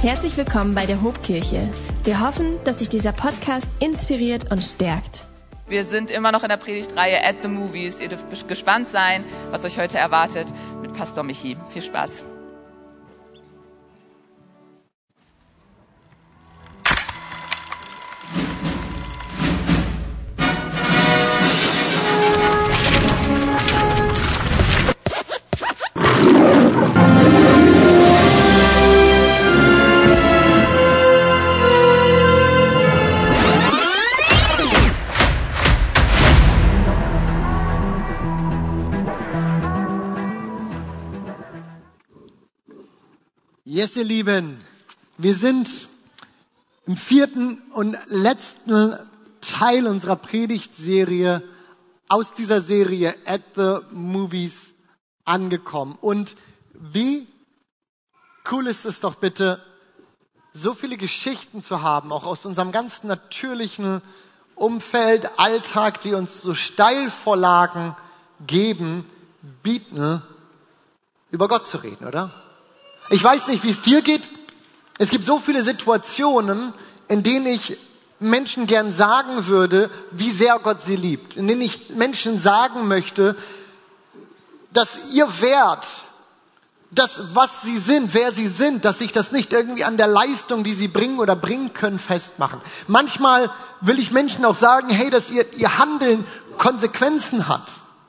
Herzlich willkommen bei der Hobkirche. Wir hoffen, dass dich dieser Podcast inspiriert und stärkt. Wir sind immer noch in der Predigtreihe At the Movies. Ihr dürft gespannt sein, was euch heute erwartet mit Pastor Michi. Viel Spaß. Yes, ihr Lieben, wir sind im 4. und letzten Teil unserer Predigtserie aus dieser Serie At the Movies angekommen. Und wie cool ist es doch bitte, so viele Geschichten zu haben, auch aus unserem ganz natürlichen Umfeld, Alltag, die uns so Steilvorlagen bieten, über Gott zu reden, oder? Ich weiß nicht, wie es dir geht. Es gibt so viele Situationen, in denen ich Menschen gern sagen würde, wie sehr Gott sie liebt. In denen ich Menschen sagen möchte, dass ihr Wert, das, was sie sind, wer sie sind, dass sich das nicht irgendwie an der Leistung, die sie bringen oder bringen können, festmachen. Manchmal will ich Menschen auch sagen, hey, dass ihr Handeln Konsequenzen hat.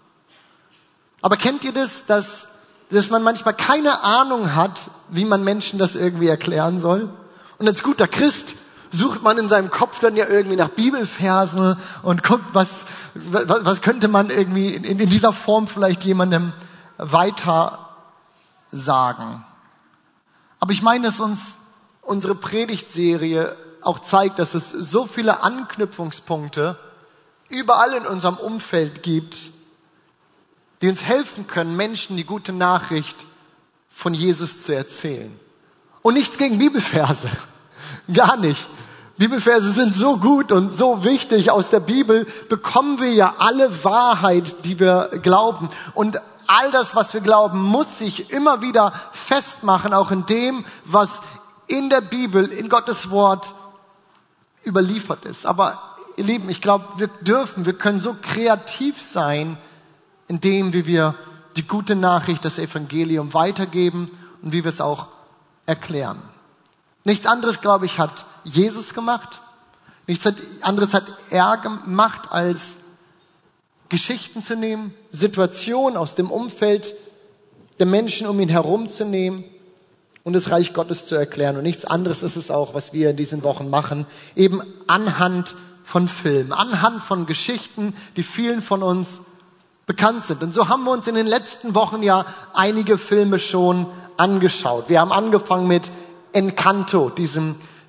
Aber kennt ihr das, dass man manchmal keine Ahnung hat, wie man Menschen das irgendwie erklären soll? Und als guter Christ sucht man in seinem Kopf dann ja irgendwie nach Bibelversen und guckt, was könnte man irgendwie in dieser Form vielleicht jemandem weiter sagen. Aber ich meine, dass uns unsere Predigtserie auch zeigt, dass es so viele Anknüpfungspunkte überall in unserem Umfeld gibt, die uns helfen können, Menschen die gute Nachricht von Jesus zu erzählen. Und nichts gegen Bibelverse. Gar nicht. Bibelverse sind so gut und so wichtig. Aus der Bibel bekommen wir ja alle Wahrheit, die wir glauben. Und all das, was wir glauben, muss sich immer wieder festmachen, auch in dem, was in der Bibel, in Gottes Wort überliefert ist. Aber ihr Lieben, ich glaube, wir können so kreativ sein, indem wir die gute Nachricht, das Evangelium weitergeben und wie wir es auch erklären. Nichts anderes, glaube ich, hat Jesus gemacht. Nichts anderes hat er gemacht, als Geschichten zu nehmen, Situationen aus dem Umfeld der Menschen um ihn herum zu nehmen und das Reich Gottes zu erklären. Und nichts anderes ist es auch, was wir in diesen Wochen machen, eben anhand von Filmen, anhand von Geschichten, die vielen von uns bekannt sind. Und so haben wir uns in den letzten Wochen ja einige Filme schon angeschaut. Wir haben angefangen mit Encanto, diesem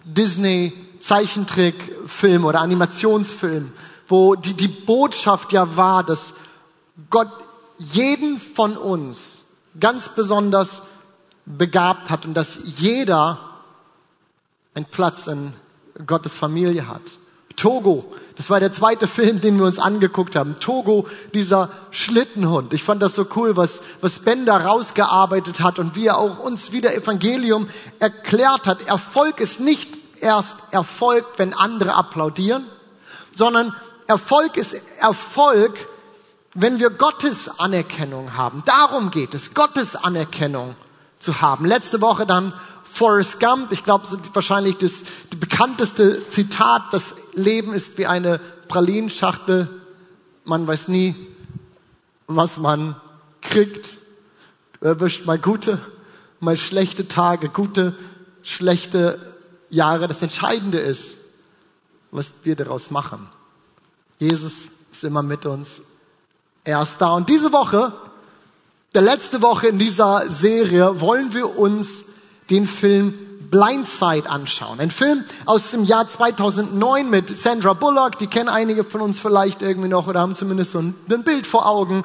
Disney-Zeichentrickfilm oder Animationsfilm, wo die Botschaft ja war, dass Gott jeden von uns ganz besonders begabt hat und dass jeder einen Platz in Gottes Familie hat. Togo, das war der zweite Film, den wir uns angeguckt haben. Togo, dieser Schlittenhund. Ich fand das so cool, was Ben da rausgearbeitet hat und wie er auch uns wieder Evangelium erklärt hat. Erfolg ist nicht erst Erfolg, wenn andere applaudieren, sondern Erfolg ist Erfolg, wenn wir Gottes Anerkennung haben. Darum geht es, Gottes Anerkennung zu haben. Letzte Woche dann Forrest Gump, ich glaube, so wahrscheinlich das bekannteste Zitat, das Leben ist wie eine Pralinenschachtel. Man weiß nie, was man kriegt. Du erwischt mal gute, mal schlechte Tage, gute, schlechte Jahre. Das Entscheidende ist, was wir daraus machen. Jesus ist immer mit uns. Er ist da. Und diese Woche, der letzte Woche in dieser Serie, wollen wir uns den Film Blindside anschauen. Ein Film aus dem Jahr 2009 mit Sandra Bullock, die kennen einige von uns vielleicht irgendwie noch oder haben zumindest so ein Bild vor Augen,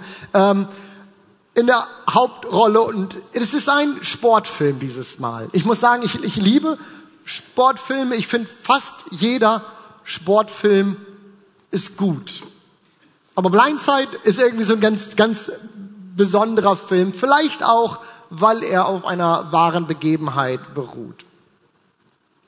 in der Hauptrolle. Und es ist ein Sportfilm dieses Mal. Ich muss sagen, ich liebe Sportfilme. Ich finde, fast jeder Sportfilm ist gut. Aber Blindside ist irgendwie so ein ganz besonderer Film. Vielleicht auch, weil er auf einer wahren Begebenheit beruht.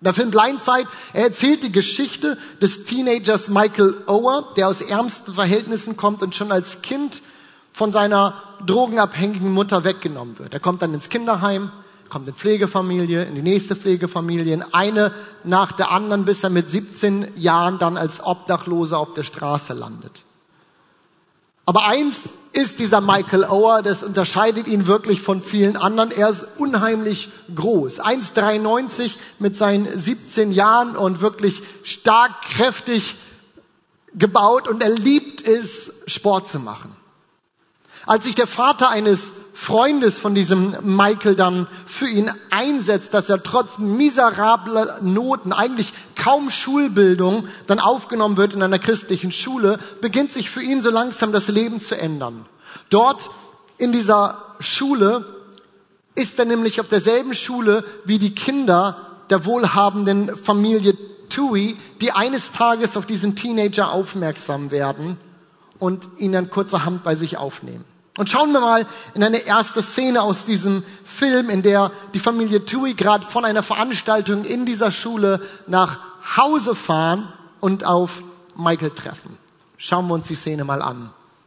Der Film Blindside, er erzählt die Geschichte des Teenagers Michael Oher, der aus ärmsten Verhältnissen kommt und schon als Kind von seiner drogenabhängigen Mutter weggenommen wird. Er kommt dann ins Kinderheim, kommt in Pflegefamilie, in die nächste Pflegefamilie, in eine nach der anderen, bis er mit 17 Jahren dann als Obdachloser auf der Straße landet. Aber eins ist dieser Michael Oher, das unterscheidet ihn wirklich von vielen anderen. Er ist unheimlich groß. 1,93 mit seinen 17 Jahren und wirklich stark, kräftig gebaut. Und er liebt es, Sport zu machen. Als sich der Vater eines Freundes von diesem Michael dann für ihn einsetzt, dass er trotz miserabler Noten, eigentlich kaum Schulbildung, dann aufgenommen wird in einer christlichen Schule, beginnt sich für ihn so langsam das Leben zu ändern. Dort in dieser Schule ist er nämlich auf derselben Schule wie die Kinder der wohlhabenden Familie Tui, die eines Tages auf diesen Teenager aufmerksam werden und ihn dann kurzerhand bei sich aufnehmen. Und schauen wir mal in eine erste Szene aus diesem Film, in der die Familie Tui gerade von einer Veranstaltung in dieser Schule nach Hause fahren und auf Michael treffen. Schauen wir uns die Szene mal an.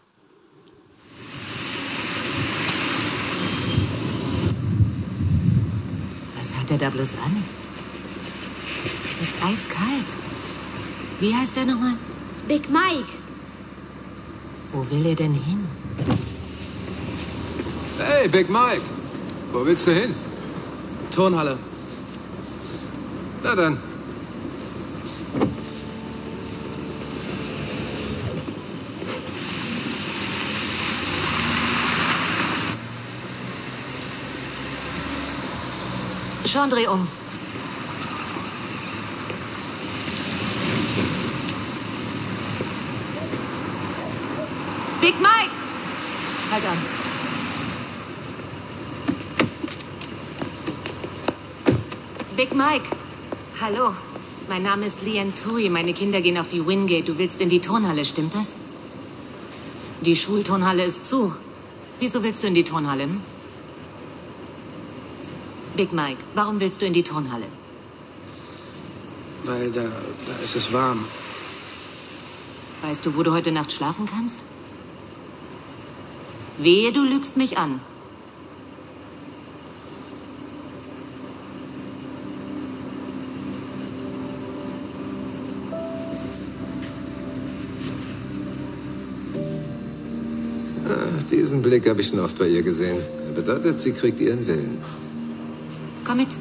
Was hat er da bloß an? Es ist eiskalt. Wie heißt er nochmal? Big Mike. Wo will er denn hin? Hey, Big Mike. Wo willst du hin? Turnhalle. Na dann. Schon dreh um. Big Mike! Halt an. Big Mike. Hallo. Mein Name ist Leanne Tui. Meine Kinder gehen auf die Wingate. Du willst in die Turnhalle, stimmt das? Die Schulturnhalle ist zu. Wieso willst du in die Turnhalle? Hm? Big Mike, warum willst du in die Turnhalle? Weil da ist es warm. Weißt du, wo du heute Nacht schlafen kannst? Wehe, du lügst mich an. Diesen Blick habe ich schon oft bei ihr gesehen. Er bedeutet, sie kriegt ihren Willen. Komm mit.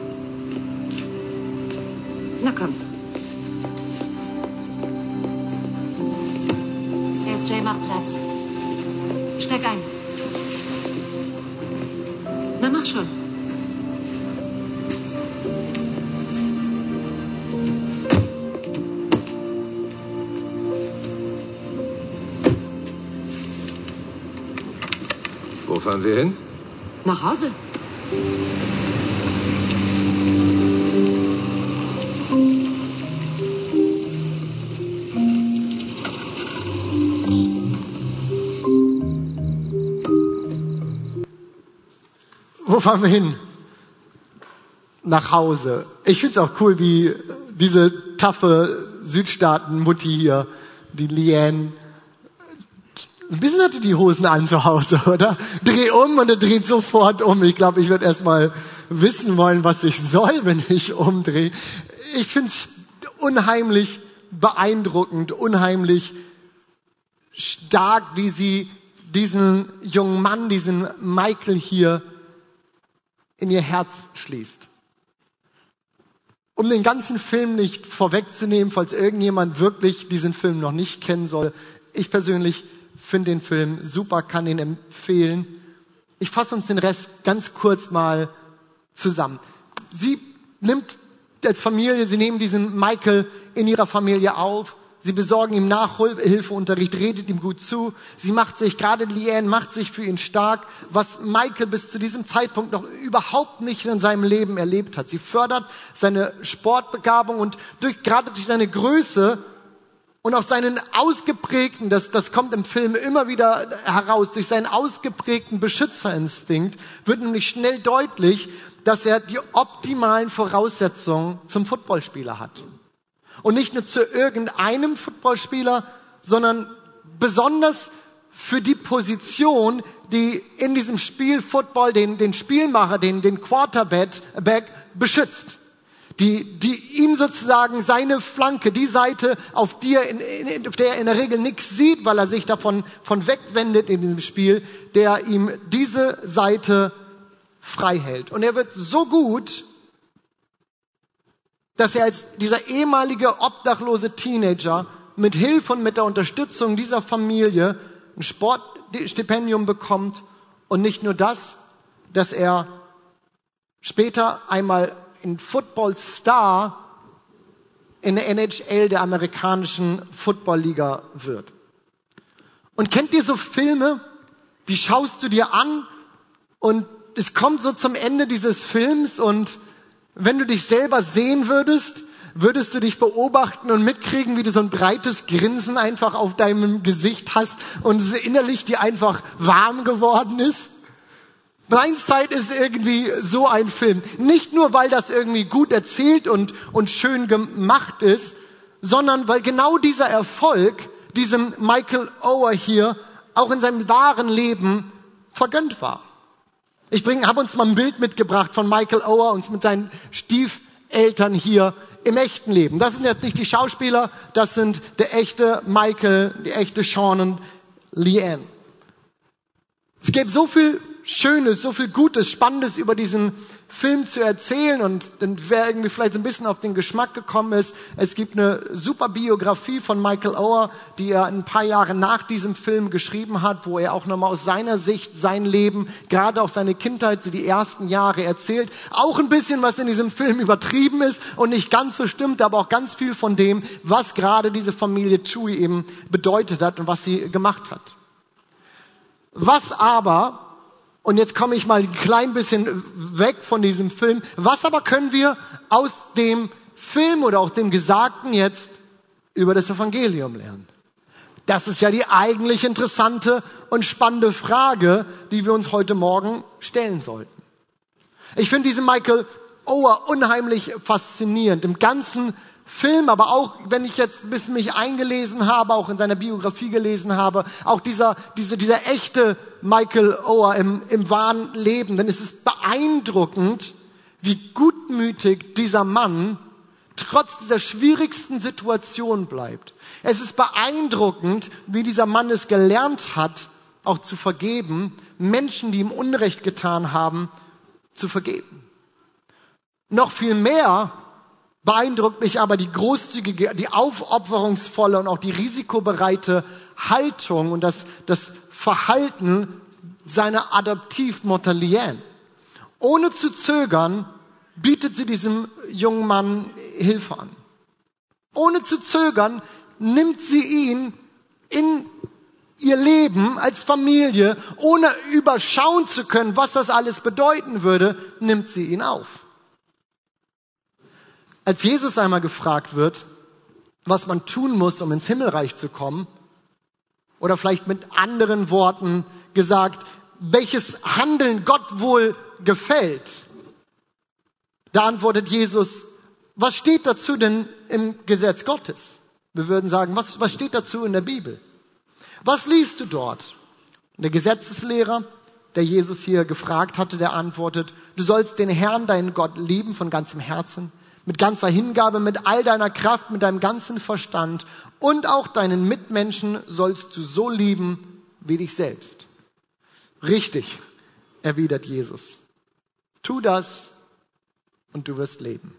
Na komm. SJ, mach Platz. Steig ein. Na, mach schon. Wo fahren wir hin? Nach Hause. Wo fahren wir hin? Nach Hause. Ich finde es auch cool, wie diese taffe Südstaaten-Mutti hier, die Leanne, ein bisschen hatte die Hosen an zu Hause, oder? Dreh um und er dreht sofort um. Ich glaube, ich würde erst mal wissen wollen, was ich soll, wenn ich umdrehe. Ich finde es unheimlich beeindruckend, unheimlich stark, wie sie diesen jungen Mann, diesen Michael hier in ihr Herz schließt. Um den ganzen Film nicht vorwegzunehmen, falls irgendjemand wirklich diesen Film noch nicht kennen soll, ich persönlich finde den Film super, kann ihn empfehlen. Ich fasse uns den Rest ganz kurz mal zusammen. Sie nimmt als Familie, sie nehmen diesen Michael in ihrer Familie auf. Sie besorgen ihm Nachhilfeunterricht, redet ihm gut zu. Sie macht sich, gerade Leanne, macht sich für ihn stark, was Michael bis zu diesem Zeitpunkt noch überhaupt nicht in seinem Leben erlebt hat. Sie fördert seine Sportbegabung und gerade durch seine Größe Und auf seinen ausgeprägten, das kommt im Film immer wieder heraus, durch seinen ausgeprägten Beschützerinstinkt wird nämlich schnell deutlich, dass er die optimalen Voraussetzungen zum Footballspieler hat. Und nicht nur zu irgendeinem Footballspieler, sondern besonders für die Position, die in diesem Spiel Football den Spielmacher, den Quarterback beschützt. Die ihm sozusagen seine Flanke, die Seite, auf der er in der Regel nichts sieht, weil er sich davon wegwendet in diesem Spiel, der ihm diese Seite frei hält. Und er wird so gut, dass er als dieser ehemalige obdachlose Teenager mit Hilfe und mit der Unterstützung dieser Familie ein Sportstipendium bekommt und nicht nur das, dass er später einmal ein Football-Star in der NHL, der amerikanischen Football-Liga wird. Und kennt ihr so Filme, die schaust du dir an und es kommt so zum Ende dieses Films und wenn du dich selber sehen würdest, würdest du dich beobachten und mitkriegen, wie du so ein breites Grinsen einfach auf deinem Gesicht hast und es innerlich dir einfach warm geworden ist? Blindside ist irgendwie so ein Film. Nicht nur, weil das irgendwie gut erzählt und schön gemacht ist, sondern weil genau dieser Erfolg diesem Michael Oher hier auch in seinem wahren Leben vergönnt war. Ich habe uns mal ein Bild mitgebracht von Michael Oher und mit seinen Stiefeltern hier im echten Leben. Das sind jetzt nicht die Schauspieler, das sind der echte Michael, die echte Sean und Leanne. Es gibt so viel Schönes, so viel Gutes, Spannendes über diesen Film zu erzählen und wer irgendwie vielleicht so ein bisschen auf den Geschmack gekommen ist, es gibt eine super Biografie von Michael Oher, die er ein paar Jahre nach diesem Film geschrieben hat, wo er auch nochmal aus seiner Sicht sein Leben, gerade auch seine Kindheit, die ersten Jahre erzählt. Auch ein bisschen, was in diesem Film übertrieben ist und nicht ganz so stimmt, aber auch ganz viel von dem, was gerade diese Familie Chewie eben bedeutet hat und was sie gemacht hat. Was aber, und jetzt komme ich mal ein klein bisschen weg von diesem Film. Was aber können wir aus dem Film oder auch dem Gesagten jetzt über das Evangelium lernen? Das ist ja die eigentlich interessante und spannende Frage, die wir uns heute Morgen stellen sollten. Ich finde diesen Michael Oher unheimlich faszinierend. Im ganzen Film, aber auch, wenn ich jetzt ein bisschen mich eingelesen habe, auch in seiner Biografie gelesen habe, auch dieser echte Michael Oher im wahren Leben, denn es ist beeindruckend, wie gutmütig dieser Mann trotz dieser schwierigsten Situation bleibt. Es ist beeindruckend, wie dieser Mann es gelernt hat, auch zu vergeben, Menschen, die ihm Unrecht getan haben, zu vergeben. Noch viel mehr beeindruckt mich aber die großzügige, die aufopferungsvolle und auch die risikobereite Haltung und das Verhalten seiner Adoptivmutter Leanne. Ohne zu zögern bietet sie diesem jungen Mann Hilfe an. Ohne zu zögern nimmt sie ihn in ihr Leben als Familie, ohne überschauen zu können, was das alles bedeuten würde, nimmt sie ihn auf. Als Jesus einmal gefragt wird, was man tun muss, um ins Himmelreich zu kommen, oder vielleicht mit anderen Worten gesagt, welches Handeln Gott wohl gefällt, da antwortet Jesus, was steht dazu denn im Gesetz Gottes? Wir würden sagen, was steht dazu in der Bibel? Was liest du dort? Und der Gesetzeslehrer, der Jesus hier gefragt hatte, der antwortet, du sollst den Herrn, deinen Gott, lieben von ganzem Herzen, mit ganzer Hingabe, mit all deiner Kraft, mit deinem ganzen Verstand und auch deinen Mitmenschen sollst du so lieben wie dich selbst. Richtig, erwidert Jesus. Tu das und du wirst leben.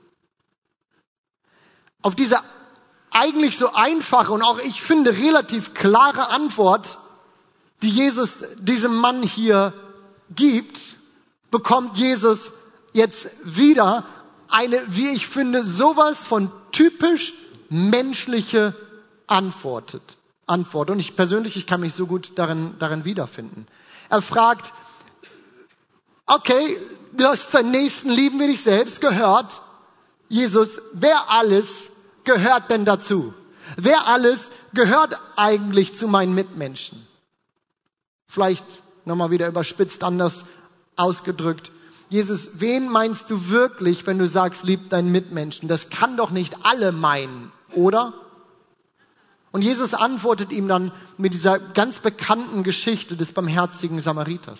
Auf diese eigentlich so einfache und auch, ich finde, relativ klare Antwort, die Jesus diesem Mann hier gibt, bekommt Jesus jetzt wieder eine, wie ich finde, sowas von typisch menschliche Antwort. Und ich persönlich kann mich so gut darin wiederfinden. Er fragt, okay, du hast deinen Nächsten lieben wie dich selbst gehört. Jesus, wer alles gehört denn dazu? Wer alles gehört eigentlich zu meinen Mitmenschen? Vielleicht nochmal wieder überspitzt anders ausgedrückt. Jesus, wen meinst du wirklich, wenn du sagst, lieb deinen Mitmenschen? Das kann doch nicht alle meinen, oder? Und Jesus antwortet ihm dann mit dieser ganz bekannten Geschichte des barmherzigen Samariters.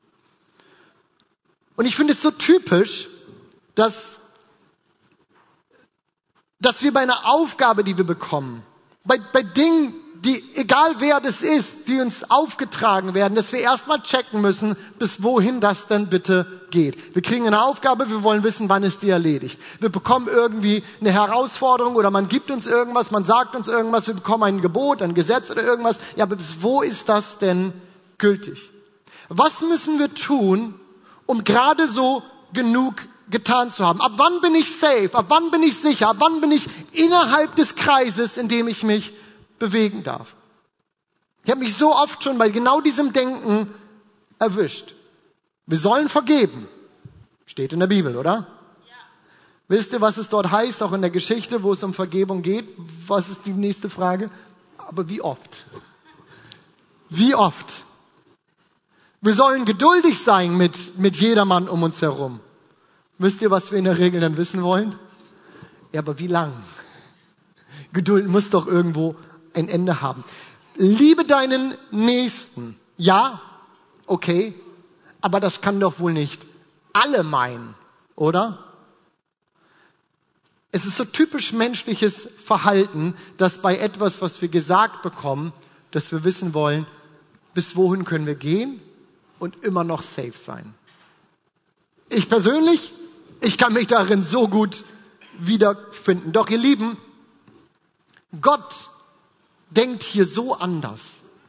Und ich finde es so typisch, dass wir bei einer Aufgabe, die wir bekommen, bei Dingen, die, egal wer das ist, die uns aufgetragen werden, dass wir erstmal checken müssen, bis wohin das denn bitte geht. Wir kriegen eine Aufgabe, wir wollen wissen, wann ist die erledigt. Wir bekommen irgendwie eine Herausforderung oder man gibt uns irgendwas, man sagt uns irgendwas, wir bekommen ein Gebot, ein Gesetz oder irgendwas. Ja, aber bis wo ist das denn gültig? Was müssen wir tun, um gerade so genug getan zu haben? Ab wann bin ich safe? Ab wann bin ich sicher? Ab wann bin ich innerhalb des Kreises, in dem ich mich bewegen darf? Ich habe mich so oft schon bei genau diesem Denken erwischt. Wir sollen vergeben. Steht in der Bibel, oder? Ja. Wisst ihr, was es dort heißt, auch in der Geschichte, wo es um Vergebung geht? Was ist die nächste Frage? Aber wie oft? Wie oft? Wir sollen geduldig sein mit jedermann um uns herum. Wisst ihr, was wir in der Regel dann wissen wollen? Ja, aber wie lang? Geduld muss doch irgendwo ein Ende haben. Liebe deinen Nächsten. Ja, okay, aber das kann doch wohl nicht alle meinen, oder? Es ist so typisch menschliches Verhalten, dass bei etwas, was wir gesagt bekommen, dass wir wissen wollen, bis wohin können wir gehen und immer noch safe sein. Ich persönlich, ich kann mich darin so gut wiederfinden. Doch ihr Lieben, Gott denkt hier so anders.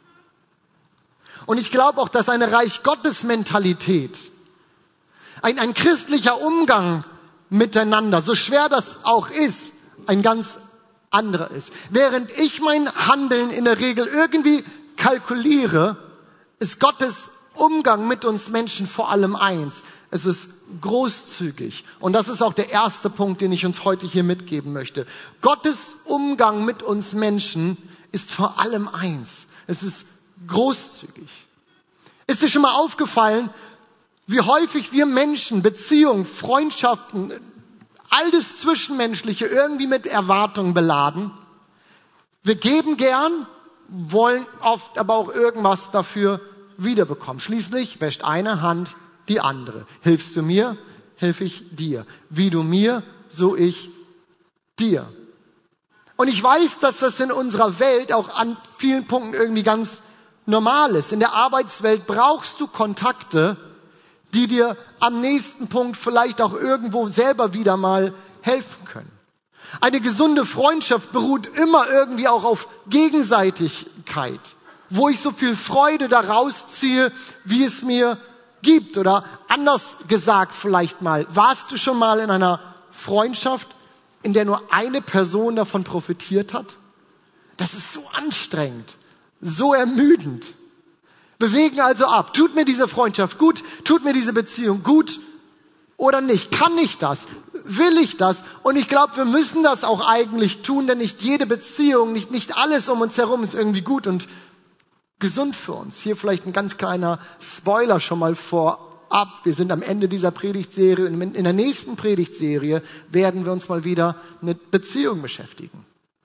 Und ich glaube auch, dass eine Reich-Gottes-Mentalität, ein christlicher Umgang miteinander, so schwer das auch ist, ein ganz anderer ist. Während ich mein Handeln in der Regel irgendwie kalkuliere, ist Gottes Umgang mit uns Menschen vor allem eins. Es ist großzügig. Und das ist auch der erste Punkt, den ich uns heute hier mitgeben möchte. Gottes Umgang mit uns Menschen ist vor allem eins. Es ist großzügig. Ist dir schon mal aufgefallen, wie häufig wir Menschen, Beziehungen, Freundschaften, all das Zwischenmenschliche irgendwie mit Erwartungen beladen? Wir geben gern, wollen oft aber auch irgendwas dafür wiederbekommen. Schließlich wäscht eine Hand die andere. Hilfst du mir, helfe ich dir. Wie du mir, so ich dir. Und ich weiß, dass das in unserer Welt auch an vielen Punkten irgendwie ganz normal ist. In der Arbeitswelt brauchst du Kontakte, die dir am nächsten Punkt vielleicht auch irgendwo selber wieder mal helfen können. Eine gesunde Freundschaft beruht immer irgendwie auch auf Gegenseitigkeit, wo ich so viel Freude daraus ziehe, wie es mir gibt. Oder anders gesagt vielleicht mal, warst du schon mal in einer Freundschaft, in der nur eine Person davon profitiert hat? Das ist so anstrengend, so ermüdend. Bewegen also ab. Tut mir diese Freundschaft gut? Tut mir diese Beziehung gut oder nicht? Kann ich das? Will ich das? Und ich glaube, wir müssen das auch eigentlich tun, denn nicht jede Beziehung, nicht alles um uns herum ist irgendwie gut und gesund für uns. Hier vielleicht ein ganz kleiner Spoiler schon mal vorab. Wir sind am Ende dieser Predigtserie und in der nächsten Predigtserie werden wir uns mal wieder mit Beziehungen beschäftigen.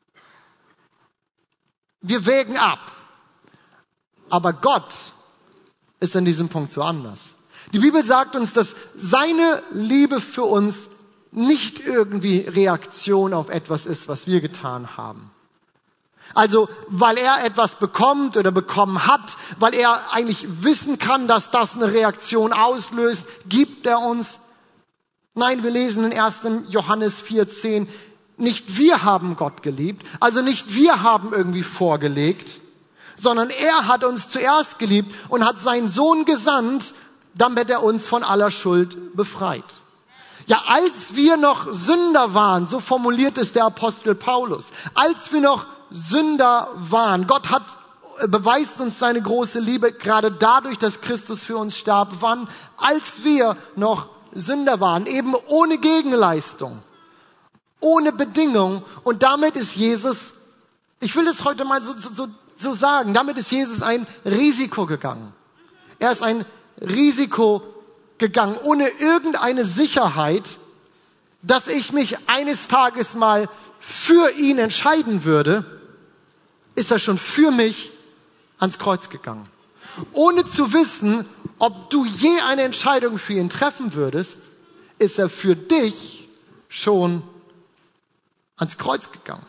Wir wägen ab. Aber Gott ist an diesem Punkt so anders. Die Bibel sagt uns, dass seine Liebe für uns nicht irgendwie Reaktion auf etwas ist, was wir getan haben. Also, weil er etwas bekommt oder bekommen hat, weil er eigentlich wissen kann, dass das eine Reaktion auslöst, gibt er uns. Nein, wir lesen in 1. Johannes 4,10, nicht wir haben Gott geliebt, also nicht wir haben irgendwie vorgelegt, sondern er hat uns zuerst geliebt und hat seinen Sohn gesandt, damit er uns von aller Schuld befreit. Ja, als wir noch Sünder waren, so formuliert es der Apostel Paulus, als wir noch Sünder waren, Gott beweist uns seine große Liebe gerade dadurch, dass Christus für uns starb. Wann? Als wir noch Sünder waren, eben ohne Gegenleistung, ohne Bedingung. Und damit ist Jesus Ich will das heute mal so sagen. Damit ist Jesus ein Risiko gegangen. Er ist ein Risiko gegangen, ohne irgendeine Sicherheit, dass ich mich eines Tages mal für ihn entscheiden würde, ist er schon für mich ans Kreuz gegangen. Ohne zu wissen, ob du je eine Entscheidung für ihn treffen würdest, ist er für dich schon ans Kreuz gegangen.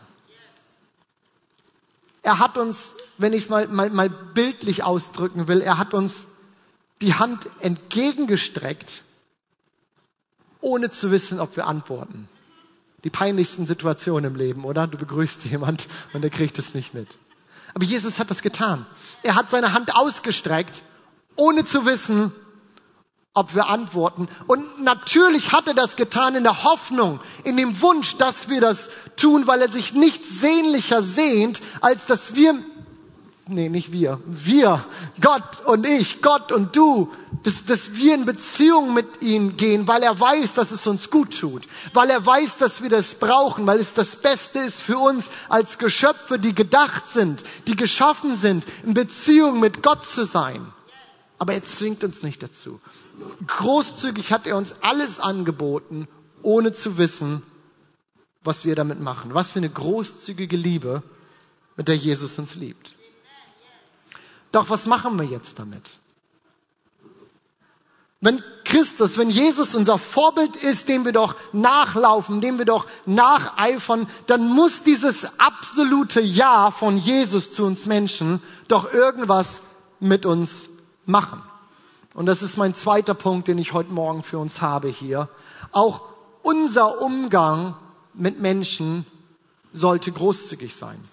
Er hat uns, wenn ich es mal bildlich ausdrücken will, er hat uns die Hand entgegengestreckt, ohne zu wissen, ob wir antworten. Die peinlichsten Situationen im Leben, oder? Du begrüßt jemand und er kriegt es nicht mit. Aber Jesus hat das getan. Er hat seine Hand ausgestreckt, ohne zu wissen, ob wir antworten. Und natürlich hat er das getan in der Hoffnung, in dem Wunsch, dass wir das tun, weil er sich nichts sehnlicher sehnt, als dass wir, Gott und ich, Gott und du, dass wir in Beziehung mit ihm gehen, weil er weiß, dass es uns gut tut, weil er weiß, dass wir das brauchen, weil es das Beste ist für uns als Geschöpfe, die gedacht sind, die geschaffen sind, in Beziehung mit Gott zu sein. Aber er zwingt uns nicht dazu. Großzügig hat er uns alles angeboten, ohne zu wissen, was wir damit machen. Was für eine großzügige Liebe, mit der Jesus uns liebt. Doch was machen wir jetzt damit? Wenn Jesus unser Vorbild ist, dem wir doch nachlaufen, dem wir doch nacheifern, dann muss dieses absolute Ja von Jesus zu uns Menschen doch irgendwas mit uns machen. Und das ist mein zweiter Punkt, den ich heute Morgen für uns habe hier. Auch unser Umgang mit Menschen sollte großzügig sein.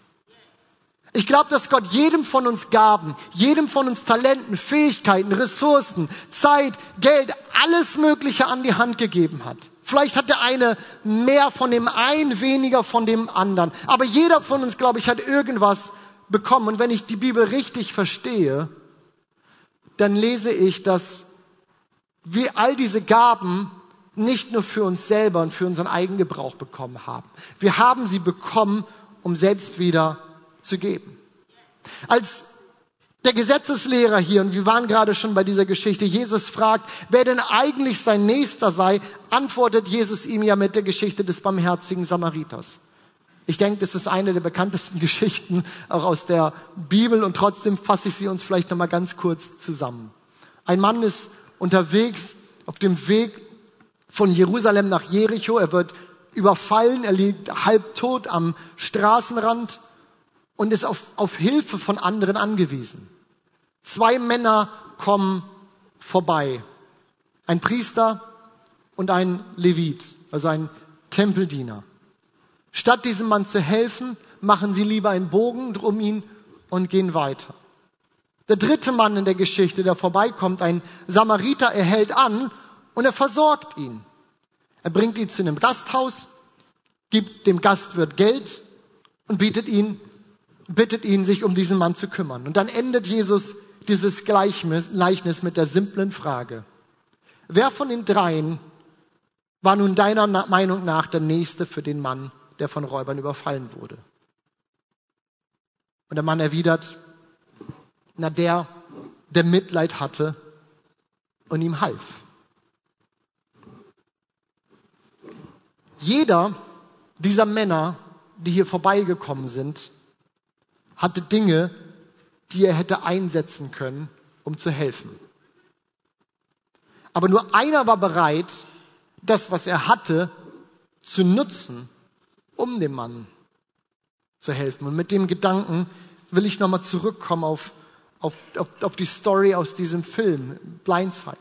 Ich glaube, dass Gott jedem von uns Gaben, jedem von uns Talenten, Fähigkeiten, Ressourcen, Zeit, Geld, alles Mögliche an die Hand gegeben hat. Vielleicht hat der eine mehr von dem einen, weniger von dem anderen. Aber jeder von uns, glaube ich, hat irgendwas bekommen. Und wenn ich die Bibel richtig verstehe, dann lese ich, dass wir all diese Gaben nicht nur für uns selber und für unseren Eigengebrauch bekommen haben. Wir haben sie bekommen, um selbst wieder zu geben. Als der Gesetzeslehrer hier, und wir waren gerade schon bei dieser Geschichte, Jesus fragt, wer denn eigentlich sein Nächster sei, antwortet Jesus ihm ja mit der Geschichte des barmherzigen Samariters. Ich denke, das ist eine der bekanntesten Geschichten auch aus der Bibel und trotzdem fasse ich sie uns vielleicht noch mal ganz kurz zusammen. Ein Mann ist unterwegs auf dem Weg von Jerusalem nach Jericho. Er wird überfallen, er liegt halbtot am Straßenrand und ist auf Hilfe von anderen angewiesen. 2 Männer kommen vorbei. Ein Priester und ein Levit, also ein Tempeldiener. Statt diesem Mann zu helfen, machen sie lieber einen Bogen um ihn und gehen weiter. Der 3. Mann in der Geschichte, der vorbeikommt, ein Samariter, er hält an und er versorgt ihn. Er bringt ihn zu einem Gasthaus, gibt dem Gastwirt Geld und bittet ihn, sich um diesen Mann zu kümmern. Und dann endet Jesus dieses Gleichnis mit der simplen Frage: Wer von den 3 war nun deiner Meinung nach der Nächste für den Mann, der von Räubern überfallen wurde? Und der Mann erwidert, der Mitleid hatte und ihm half. Jeder dieser Männer, die hier vorbeigekommen sind, hatte Dinge, die er hätte einsetzen können, um zu helfen. Aber nur einer war bereit, das, was er hatte, zu nutzen, um dem Mann zu helfen. Und mit dem Gedanken will ich nochmal zurückkommen auf die Story aus diesem Film, Blindside.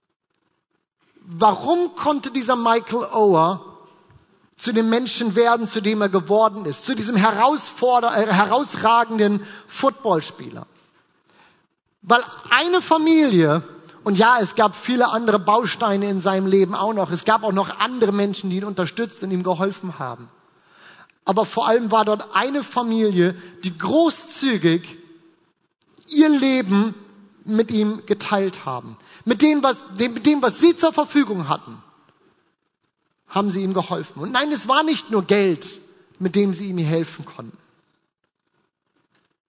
Warum konnte dieser Michael Oher zu dem Menschen werden, zu dem er geworden ist, zu diesem herausragenden Footballspieler? Weil eine Familie, und ja, es gab viele andere Bausteine in seinem Leben auch noch, es gab auch noch andere Menschen, die ihn unterstützt und ihm geholfen haben. Aber vor allem war dort eine Familie, die großzügig ihr Leben mit ihm geteilt haben. Mit dem, was sie zur Verfügung hatten, haben sie ihm geholfen. Und nein, es war nicht nur Geld, mit dem sie ihm helfen konnten.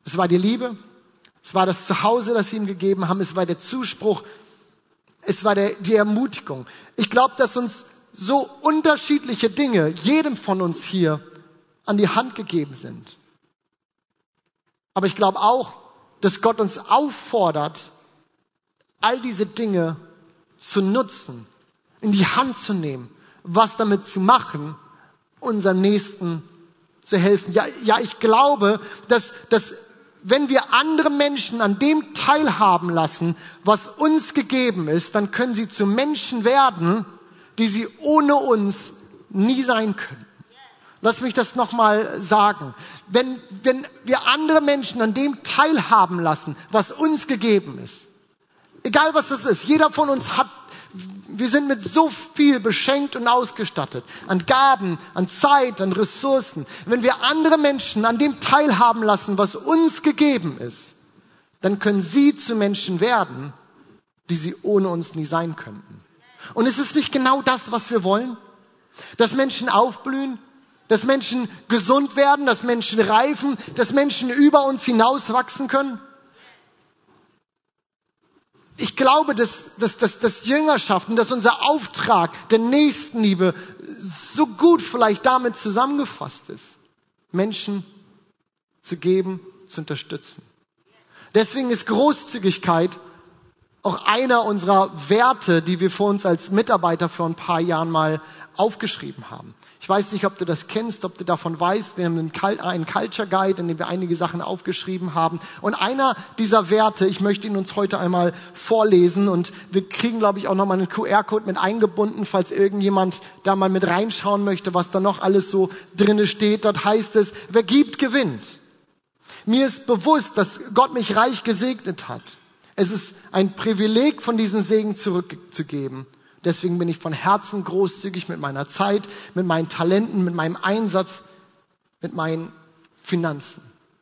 Es war die Liebe, es war das Zuhause, das sie ihm gegeben haben, es war der Zuspruch, es war die Ermutigung. Ich glaube, dass uns so unterschiedliche Dinge, jedem von uns hier, an die Hand gegeben sind. Aber ich glaube auch, dass Gott uns auffordert, all diese Dinge zu nutzen, in die Hand zu nehmen, was damit zu machen, unserem Nächsten zu helfen. Ja, ich glaube, dass wenn wir andere Menschen an dem teilhaben lassen, was uns gegeben ist, dann können sie zu Menschen werden, die sie ohne uns nie sein können. Lass mich das nochmal sagen. Wenn wir andere Menschen an dem teilhaben lassen, was uns gegeben ist, egal was das ist, jeder von uns wir sind mit so viel beschenkt und ausgestattet. An Gaben, an Zeit, an Ressourcen. Wenn wir andere Menschen an dem teilhaben lassen, was uns gegeben ist, dann können sie zu Menschen werden, die sie ohne uns nie sein könnten. Und ist es nicht genau das, was wir wollen? Dass Menschen aufblühen, dass Menschen gesund werden, dass Menschen reifen, dass Menschen über uns hinaus wachsen können? Ich glaube, dass Jüngerschaft und dass unser Auftrag der Nächstenliebe so gut vielleicht damit zusammengefasst ist, Menschen zu geben, zu unterstützen. Deswegen ist Großzügigkeit auch einer unserer Werte, die wir für uns als Mitarbeiter vor ein paar Jahren mal aufgeschrieben haben. Ich weiß nicht, ob du das kennst, ob du davon weißt. Wir haben einen Culture Guide, in dem wir einige Sachen aufgeschrieben haben. Und einer dieser Werte, ich möchte ihn uns heute einmal vorlesen. Und wir kriegen, glaube ich, auch nochmal einen QR-Code mit eingebunden, falls irgendjemand da mal mit reinschauen möchte, was da noch alles so drinne steht. Dort heißt es, wer gibt, gewinnt. Mir ist bewusst, dass Gott mich reich gesegnet hat. Es ist ein Privileg, von diesem Segen zurückzugeben. Deswegen bin ich von Herzen großzügig mit meiner Zeit, mit meinen Talenten, mit meinem Einsatz, mit meinen Finanzen.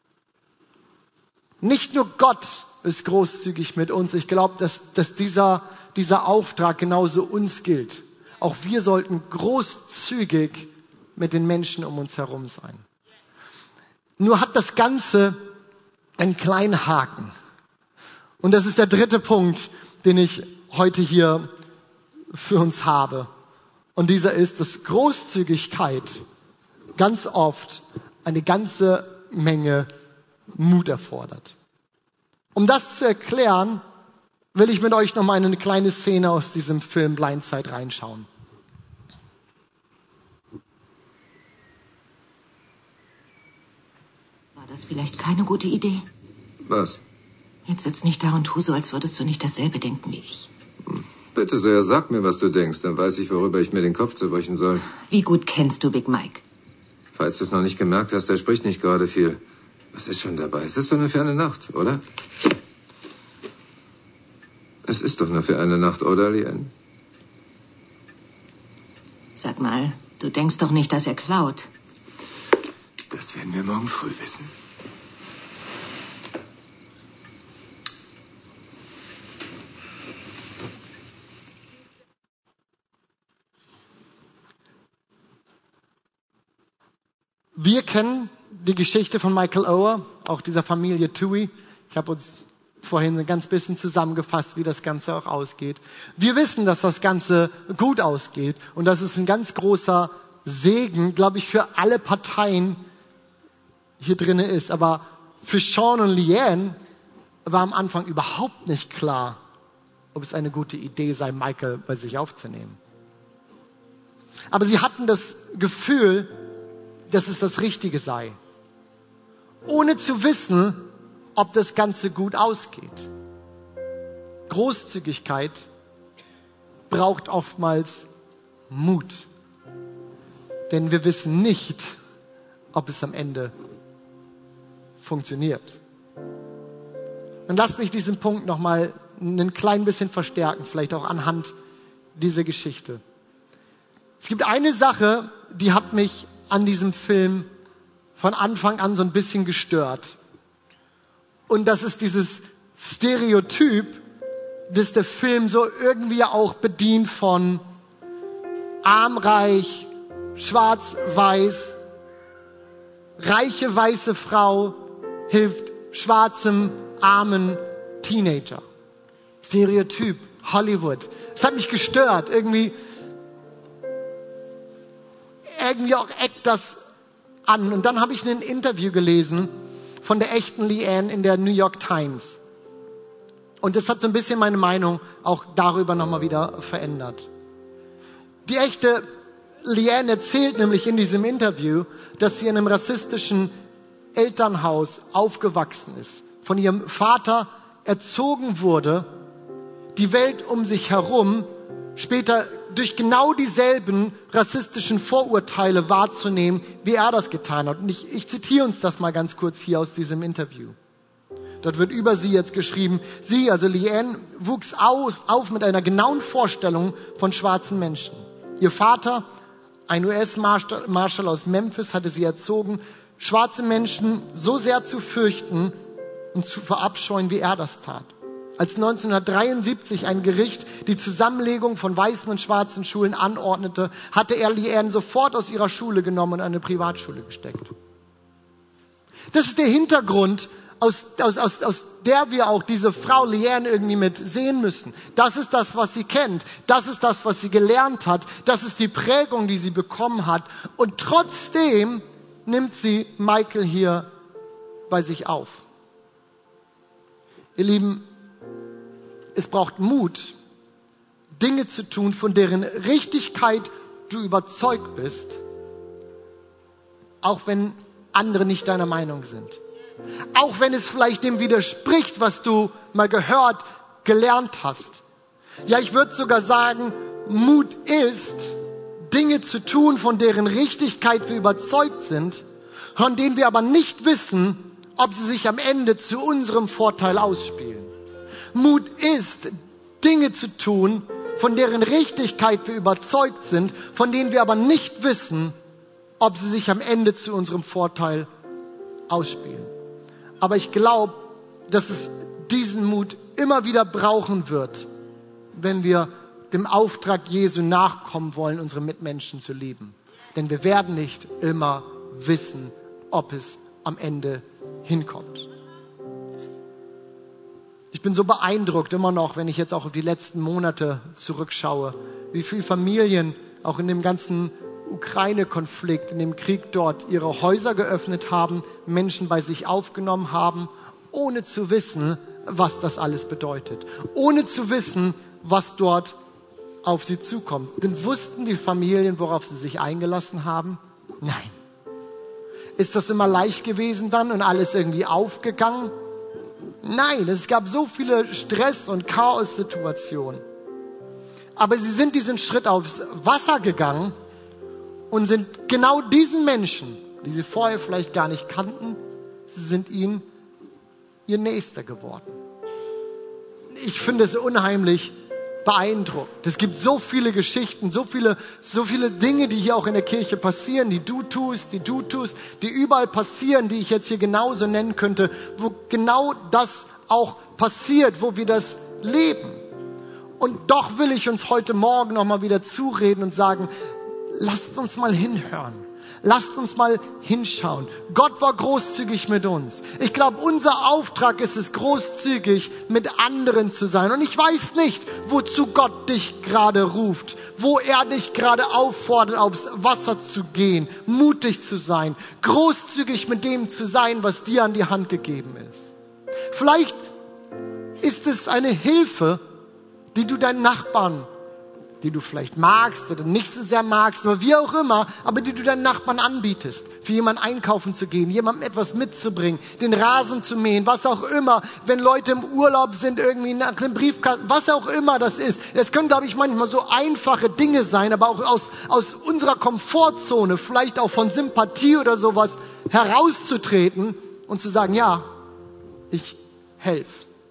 Nicht nur Gott ist großzügig mit uns. Ich glaube, dass dieser Auftrag genauso uns gilt. Auch wir sollten großzügig mit den Menschen um uns herum sein. Nur hat das Ganze einen kleinen Haken. Und das ist der dritte Punkt, den ich heute hier für uns habe. Und dieser ist, dass Großzügigkeit ganz oft eine ganze Menge Mut erfordert. Um das zu erklären, will ich mit euch nochmal eine kleine Szene aus diesem Film Blindside reinschauen. War das vielleicht keine gute Idee? Was? Jetzt sitz nicht da und tu so, als würdest du nicht dasselbe denken wie ich. Bitte sehr, sag mir, was du denkst. Dann weiß ich, worüber ich mir den Kopf zerbrechen soll. Wie gut kennst du Big Mike? Falls du es noch nicht gemerkt hast, er spricht nicht gerade viel. Was ist schon dabei? Es ist doch nur für eine Nacht, oder? Es ist doch nur für eine Nacht, oder, Lien? Sag mal, du denkst doch nicht, dass er klaut. Das werden wir morgen früh wissen. Wir kennen die Geschichte von Michael Oher, auch dieser Familie Tui. Ich habe uns vorhin ein ganz bisschen zusammengefasst, wie das Ganze auch ausgeht. Wir wissen, dass das Ganze gut ausgeht und dass es ein ganz großer Segen, glaube ich, für alle Parteien hier drinne ist. Aber für Sean und Lien war am Anfang überhaupt nicht klar, ob es eine gute Idee sei, Michael bei sich aufzunehmen. Aber sie hatten das Gefühl, dass es das Richtige sei, ohne zu wissen, ob das Ganze gut ausgeht. Großzügigkeit braucht oftmals Mut, denn wir wissen nicht, ob es am Ende funktioniert. Und lasst mich diesen Punkt nochmal ein klein bisschen verstärken, vielleicht auch anhand dieser Geschichte. Es gibt eine Sache, die hat mich an diesem Film von Anfang an so ein bisschen gestört. Und das ist dieses Stereotyp, das der Film so irgendwie auch bedient von arm, reich, schwarz, weiß, reiche, weiße Frau hilft schwarzem, armen Teenager. Stereotyp, Hollywood. Es hat mich gestört. Irgendwie auch eckt das an. Und dann habe ich ein Interview gelesen von der echten Leanne in der New York Times. Und das hat so ein bisschen meine Meinung auch darüber nochmal wieder verändert. Die echte Leanne erzählt nämlich in diesem Interview, dass sie in einem rassistischen Elternhaus aufgewachsen ist, von ihrem Vater erzogen wurde, die Welt um sich herum später durch genau dieselben rassistischen Vorurteile wahrzunehmen, wie er das getan hat. Und ich zitiere uns das mal ganz kurz hier aus diesem Interview. Dort wird über sie jetzt geschrieben, sie, also Leanne, wuchs auf mit einer genauen Vorstellung von schwarzen Menschen. Ihr Vater, ein US-Marshal aus Memphis, hatte sie erzogen, schwarze Menschen so sehr zu fürchten und zu verabscheuen, wie er das tat. Als 1973 ein Gericht die Zusammenlegung von weißen und schwarzen Schulen anordnete, hatte er Leanne sofort aus ihrer Schule genommen und in eine Privatschule gesteckt. Das ist der Hintergrund, aus der wir auch diese Frau Leanne irgendwie mit sehen müssen. Das ist das, was sie kennt. Das ist das, was sie gelernt hat. Das ist die Prägung, die sie bekommen hat. Und trotzdem nimmt sie Michael hier bei sich auf. Ihr Lieben, es braucht Mut, Dinge zu tun, von deren Richtigkeit du überzeugt bist, auch wenn andere nicht deiner Meinung sind. Auch wenn es vielleicht dem widerspricht, was du mal gehört, gelernt hast. Ja, ich würde sogar sagen, Mut ist, Dinge zu tun, von deren Richtigkeit wir überzeugt sind, von denen wir aber nicht wissen, ob sie sich am Ende zu unserem Vorteil ausspielen. Mut ist, Dinge zu tun, von deren Richtigkeit wir überzeugt sind, von denen wir aber nicht wissen, ob sie sich am Ende zu unserem Vorteil ausspielen. Aber ich glaube, dass es diesen Mut immer wieder brauchen wird, wenn wir dem Auftrag Jesu nachkommen wollen, unsere Mitmenschen zu lieben. Denn wir werden nicht immer wissen, ob es am Ende hinkommt. Ich bin so beeindruckt immer noch, wenn ich jetzt auch auf die letzten Monate zurückschaue, wie viele Familien auch in dem ganzen Ukraine-Konflikt, in dem Krieg dort ihre Häuser geöffnet haben, Menschen bei sich aufgenommen haben, ohne zu wissen, was das alles bedeutet. Ohne zu wissen, was dort auf sie zukommt. Denn wussten die Familien, worauf sie sich eingelassen haben? Nein. Ist das immer leicht gewesen dann und alles irgendwie aufgegangen? Nein, es gab so viele Stress- und Chaos-Situationen. Aber sie sind diesen Schritt aufs Wasser gegangen und sind genau diesen Menschen, die sie vorher vielleicht gar nicht kannten, sie sind ihnen ihr Nächster geworden. Ich finde es unheimlich beeindruckend. Es gibt so viele Geschichten, so viele Dinge, die hier auch in der Kirche passieren, die du tust, die überall passieren, die ich jetzt hier genauso nennen könnte, wo genau das auch passiert, wo wir das leben. Und doch will ich uns heute Morgen nochmal wieder zureden und sagen, lasst uns mal hinhören. Lasst uns mal hinschauen. Gott war großzügig mit uns. Ich glaube, unser Auftrag ist es, großzügig mit anderen zu sein. Und ich weiß nicht, wozu Gott dich gerade ruft, wo er dich gerade auffordert, aufs Wasser zu gehen, mutig zu sein, großzügig mit dem zu sein, was dir an die Hand gegeben ist. Vielleicht ist es eine Hilfe, die du deinen Nachbarn, die du vielleicht magst oder nicht so sehr magst, aber wie auch immer, aber die du deinen Nachbarn anbietest, für jemanden einkaufen zu gehen, jemandem etwas mitzubringen, den Rasen zu mähen, was auch immer, wenn Leute im Urlaub sind, irgendwie nach dem Briefkasten, was auch immer das ist. Das können, glaube ich, manchmal so einfache Dinge sein, aber auch aus unserer Komfortzone, vielleicht auch von Sympathie oder sowas herauszutreten und zu sagen, ja, ich helfe.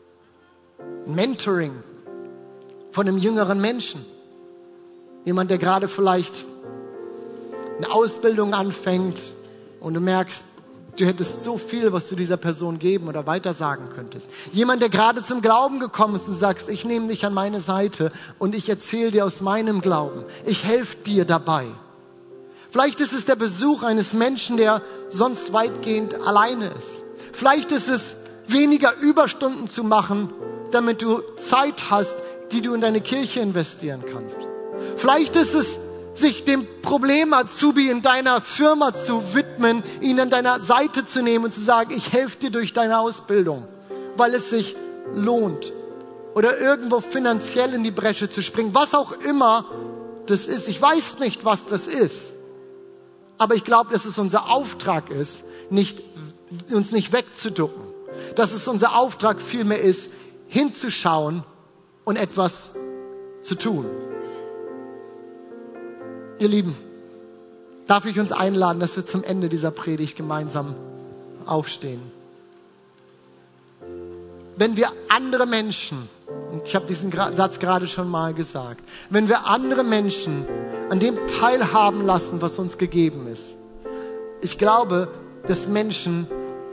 Mentoring von einem jüngeren Menschen. Jemand, der gerade vielleicht eine Ausbildung anfängt und du merkst, du hättest so viel, was du dieser Person geben oder weitersagen könntest. Jemand, der gerade zum Glauben gekommen ist und sagst, ich nehme dich an meine Seite und ich erzähle dir aus meinem Glauben. Ich helfe dir dabei. Vielleicht ist es der Besuch eines Menschen, der sonst weitgehend alleine ist. Vielleicht ist es weniger Überstunden zu machen, damit du Zeit hast, die du in deine Kirche investieren kannst. Vielleicht ist es, sich dem Problem Azubi in deiner Firma zu widmen, ihn an deiner Seite zu nehmen und zu sagen, ich helfe dir durch deine Ausbildung, weil es sich lohnt. Oder irgendwo finanziell in die Bresche zu springen, was auch immer das ist. Ich weiß nicht, was das ist. Aber ich glaube, dass es unser Auftrag ist, uns nicht wegzuducken. Dass es unser Auftrag vielmehr ist, hinzuschauen und etwas zu tun. Ihr Lieben, darf ich uns einladen, dass wir zum Ende dieser Predigt gemeinsam aufstehen. Wenn wir andere Menschen, und ich habe diesen Satz gerade schon mal gesagt, wenn wir andere Menschen an dem teilhaben lassen, was uns gegeben ist, ich glaube, dass Menschen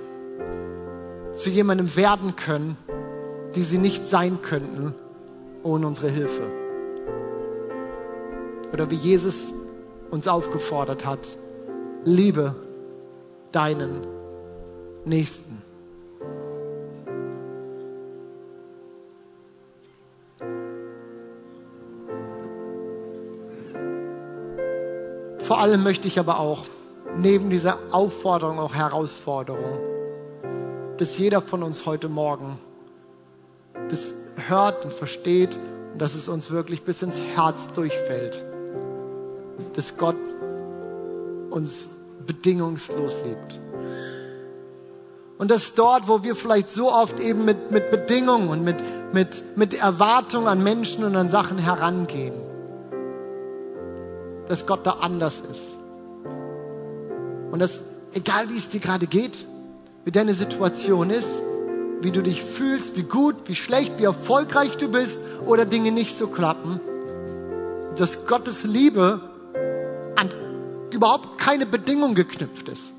zu jemandem werden können, die sie nicht sein könnten ohne unsere Hilfe. Oder wie Jesus uns aufgefordert hat, liebe deinen Nächsten. Vor allem möchte ich aber auch, neben dieser Aufforderung auch Herausforderung, dass jeder von uns heute Morgen das hört und versteht und dass es uns wirklich bis ins Herz durchfällt, dass Gott uns bedingungslos liebt. Und dass dort, wo wir vielleicht so oft eben mit Bedingungen und mit Erwartungen an Menschen und an Sachen herangehen, dass Gott da anders ist. Und dass, egal wie es dir gerade geht, wie deine Situation ist, wie du dich fühlst, wie gut, wie schlecht, wie erfolgreich du bist oder Dinge nicht so klappen, dass Gottes Liebe an überhaupt keine Bedingung geknüpft ist.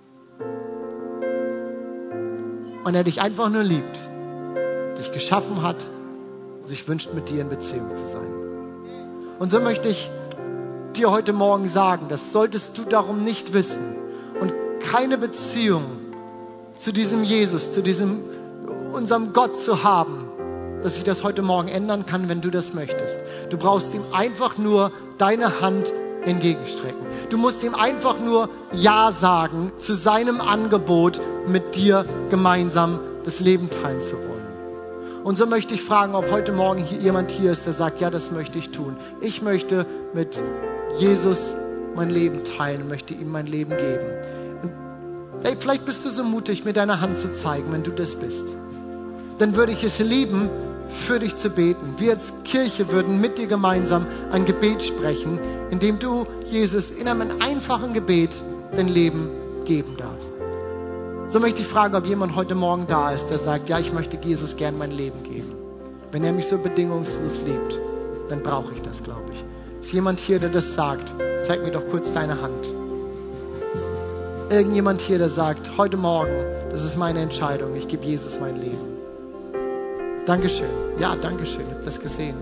Und er dich einfach nur liebt, dich geschaffen hat und sich wünscht, mit dir in Beziehung zu sein. Und so möchte ich dir heute Morgen sagen, das solltest du darum nicht wissen und keine Beziehung zu diesem Jesus, zu unserem Gott zu haben, dass sich das heute Morgen ändern kann, wenn du das möchtest. Du brauchst ihm einfach nur deine Hand entgegenstrecken. Du musst ihm einfach nur Ja sagen zu seinem Angebot, mit dir gemeinsam das Leben teilen zu wollen. Und so möchte ich fragen, ob heute Morgen jemand hier ist, der sagt, ja, das möchte ich tun. Ich möchte mit Jesus mein Leben teilen, möchte ihm mein Leben geben. Und hey, vielleicht bist du so mutig, mir deine Hand zu zeigen, wenn du das bist. Dann würde ich es lieben, für dich zu beten. Wir als Kirche würden mit dir gemeinsam ein Gebet sprechen, in dem du, Jesus, in einem einfachen Gebet dein Leben geben darfst. So möchte ich fragen, ob jemand heute Morgen da ist, der sagt, ja, ich möchte Jesus gern mein Leben geben. Wenn er mich so bedingungslos liebt, dann brauche ich das, glaube ich. Ist jemand hier, der das sagt? Zeig mir doch kurz deine Hand. Irgendjemand hier, der sagt, heute Morgen, das ist meine Entscheidung, ich gebe Jesus mein Leben. Dankeschön. Ja, Dankeschön, ich habe das gesehen.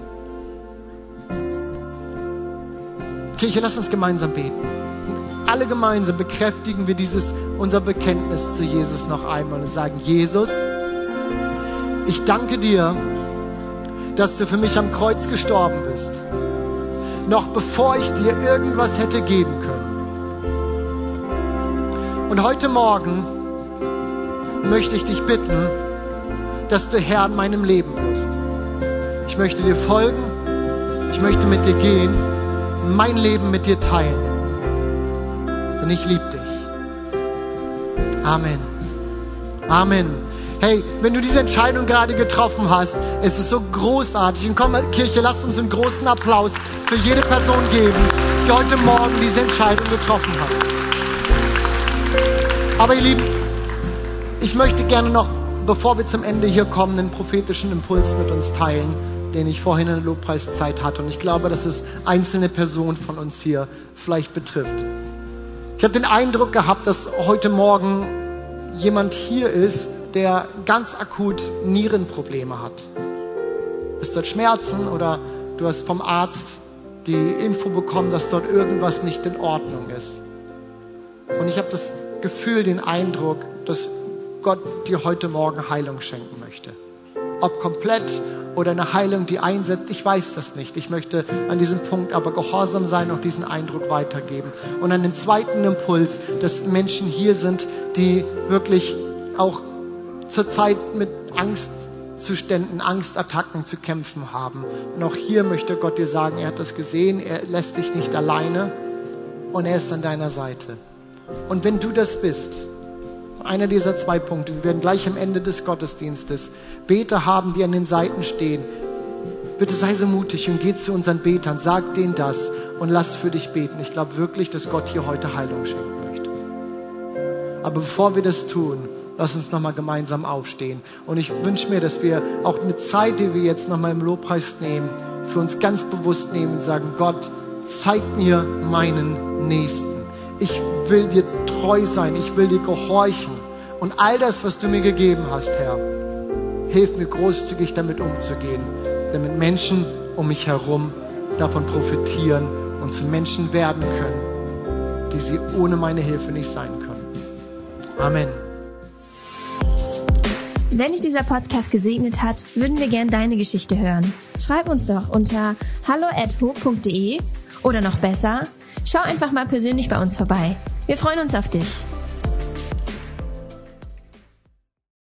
Kirche, lass uns gemeinsam beten. Und alle gemeinsam bekräftigen wir unser Bekenntnis zu Jesus noch einmal und sagen, Jesus, ich danke dir, dass du für mich am Kreuz gestorben bist. Noch bevor ich dir irgendwas hätte geben können. Und heute Morgen möchte ich dich bitten, dass du Herr in meinem Leben wirst. Ich möchte dir folgen, ich möchte mit dir gehen, mein Leben mit dir teilen. Denn ich liebe dich. Amen. Amen. Hey, wenn du diese Entscheidung gerade getroffen hast, es ist so großartig. Und komm, Kirche, lasst uns einen großen Applaus für jede Person geben, die heute Morgen diese Entscheidung getroffen hat. Aber ihr Lieben, ich möchte gerne noch, bevor wir zum Ende hier kommen, einen prophetischen Impuls mit uns teilen, den ich vorhin in der Lobpreiszeit hatte. Und ich glaube, dass es einzelne Personen von uns hier vielleicht betrifft. Ich habe den Eindruck gehabt, dass heute Morgen jemand hier ist, der ganz akut Nierenprobleme hat. Bist dort Schmerzen oder du hast vom Arzt die Info bekommen, dass dort irgendwas nicht in Ordnung ist. Und ich habe das Gefühl, den Eindruck, dass Gott dir heute Morgen Heilung schenken möchte. Ob komplett oder eine Heilung, die einsetzt, ich weiß das nicht. Ich möchte an diesem Punkt aber gehorsam sein und diesen Eindruck weitergeben. Und an den zweiten Impuls, dass Menschen hier sind, die wirklich auch zurzeit mit Angstzuständen, Angstattacken zu kämpfen haben. Und auch hier möchte Gott dir sagen, er hat das gesehen, er lässt dich nicht alleine und er ist an deiner Seite. Und wenn du das bist, einer dieser 2 Punkte, wir werden gleich am Ende des Gottesdienstes Beter haben, die an den Seiten stehen. Bitte sei so mutig und geh zu unseren Betern, sag denen das und lass für dich beten. Ich glaube wirklich, dass Gott hier heute Heilung schenken möchte. Aber bevor wir das tun, lass uns nochmal gemeinsam aufstehen. Und ich wünsche mir, dass wir auch eine Zeit, die wir jetzt nochmal im Lobpreis nehmen, für uns ganz bewusst nehmen und sagen, Gott, zeig mir meinen Nächsten. Ich will dir treu sein, ich will dir gehorchen. Und all das, was du mir gegeben hast, Herr, hilf mir großzügig damit umzugehen, damit Menschen um mich herum davon profitieren und zu Menschen werden können, die sie ohne meine Hilfe nicht sein können. Amen. Wenn dich dieser Podcast gesegnet hat, würden wir gern deine Geschichte hören. Schreib uns doch unter hallo@hope.de oder noch besser, schau einfach mal persönlich bei uns vorbei. Wir freuen uns auf dich.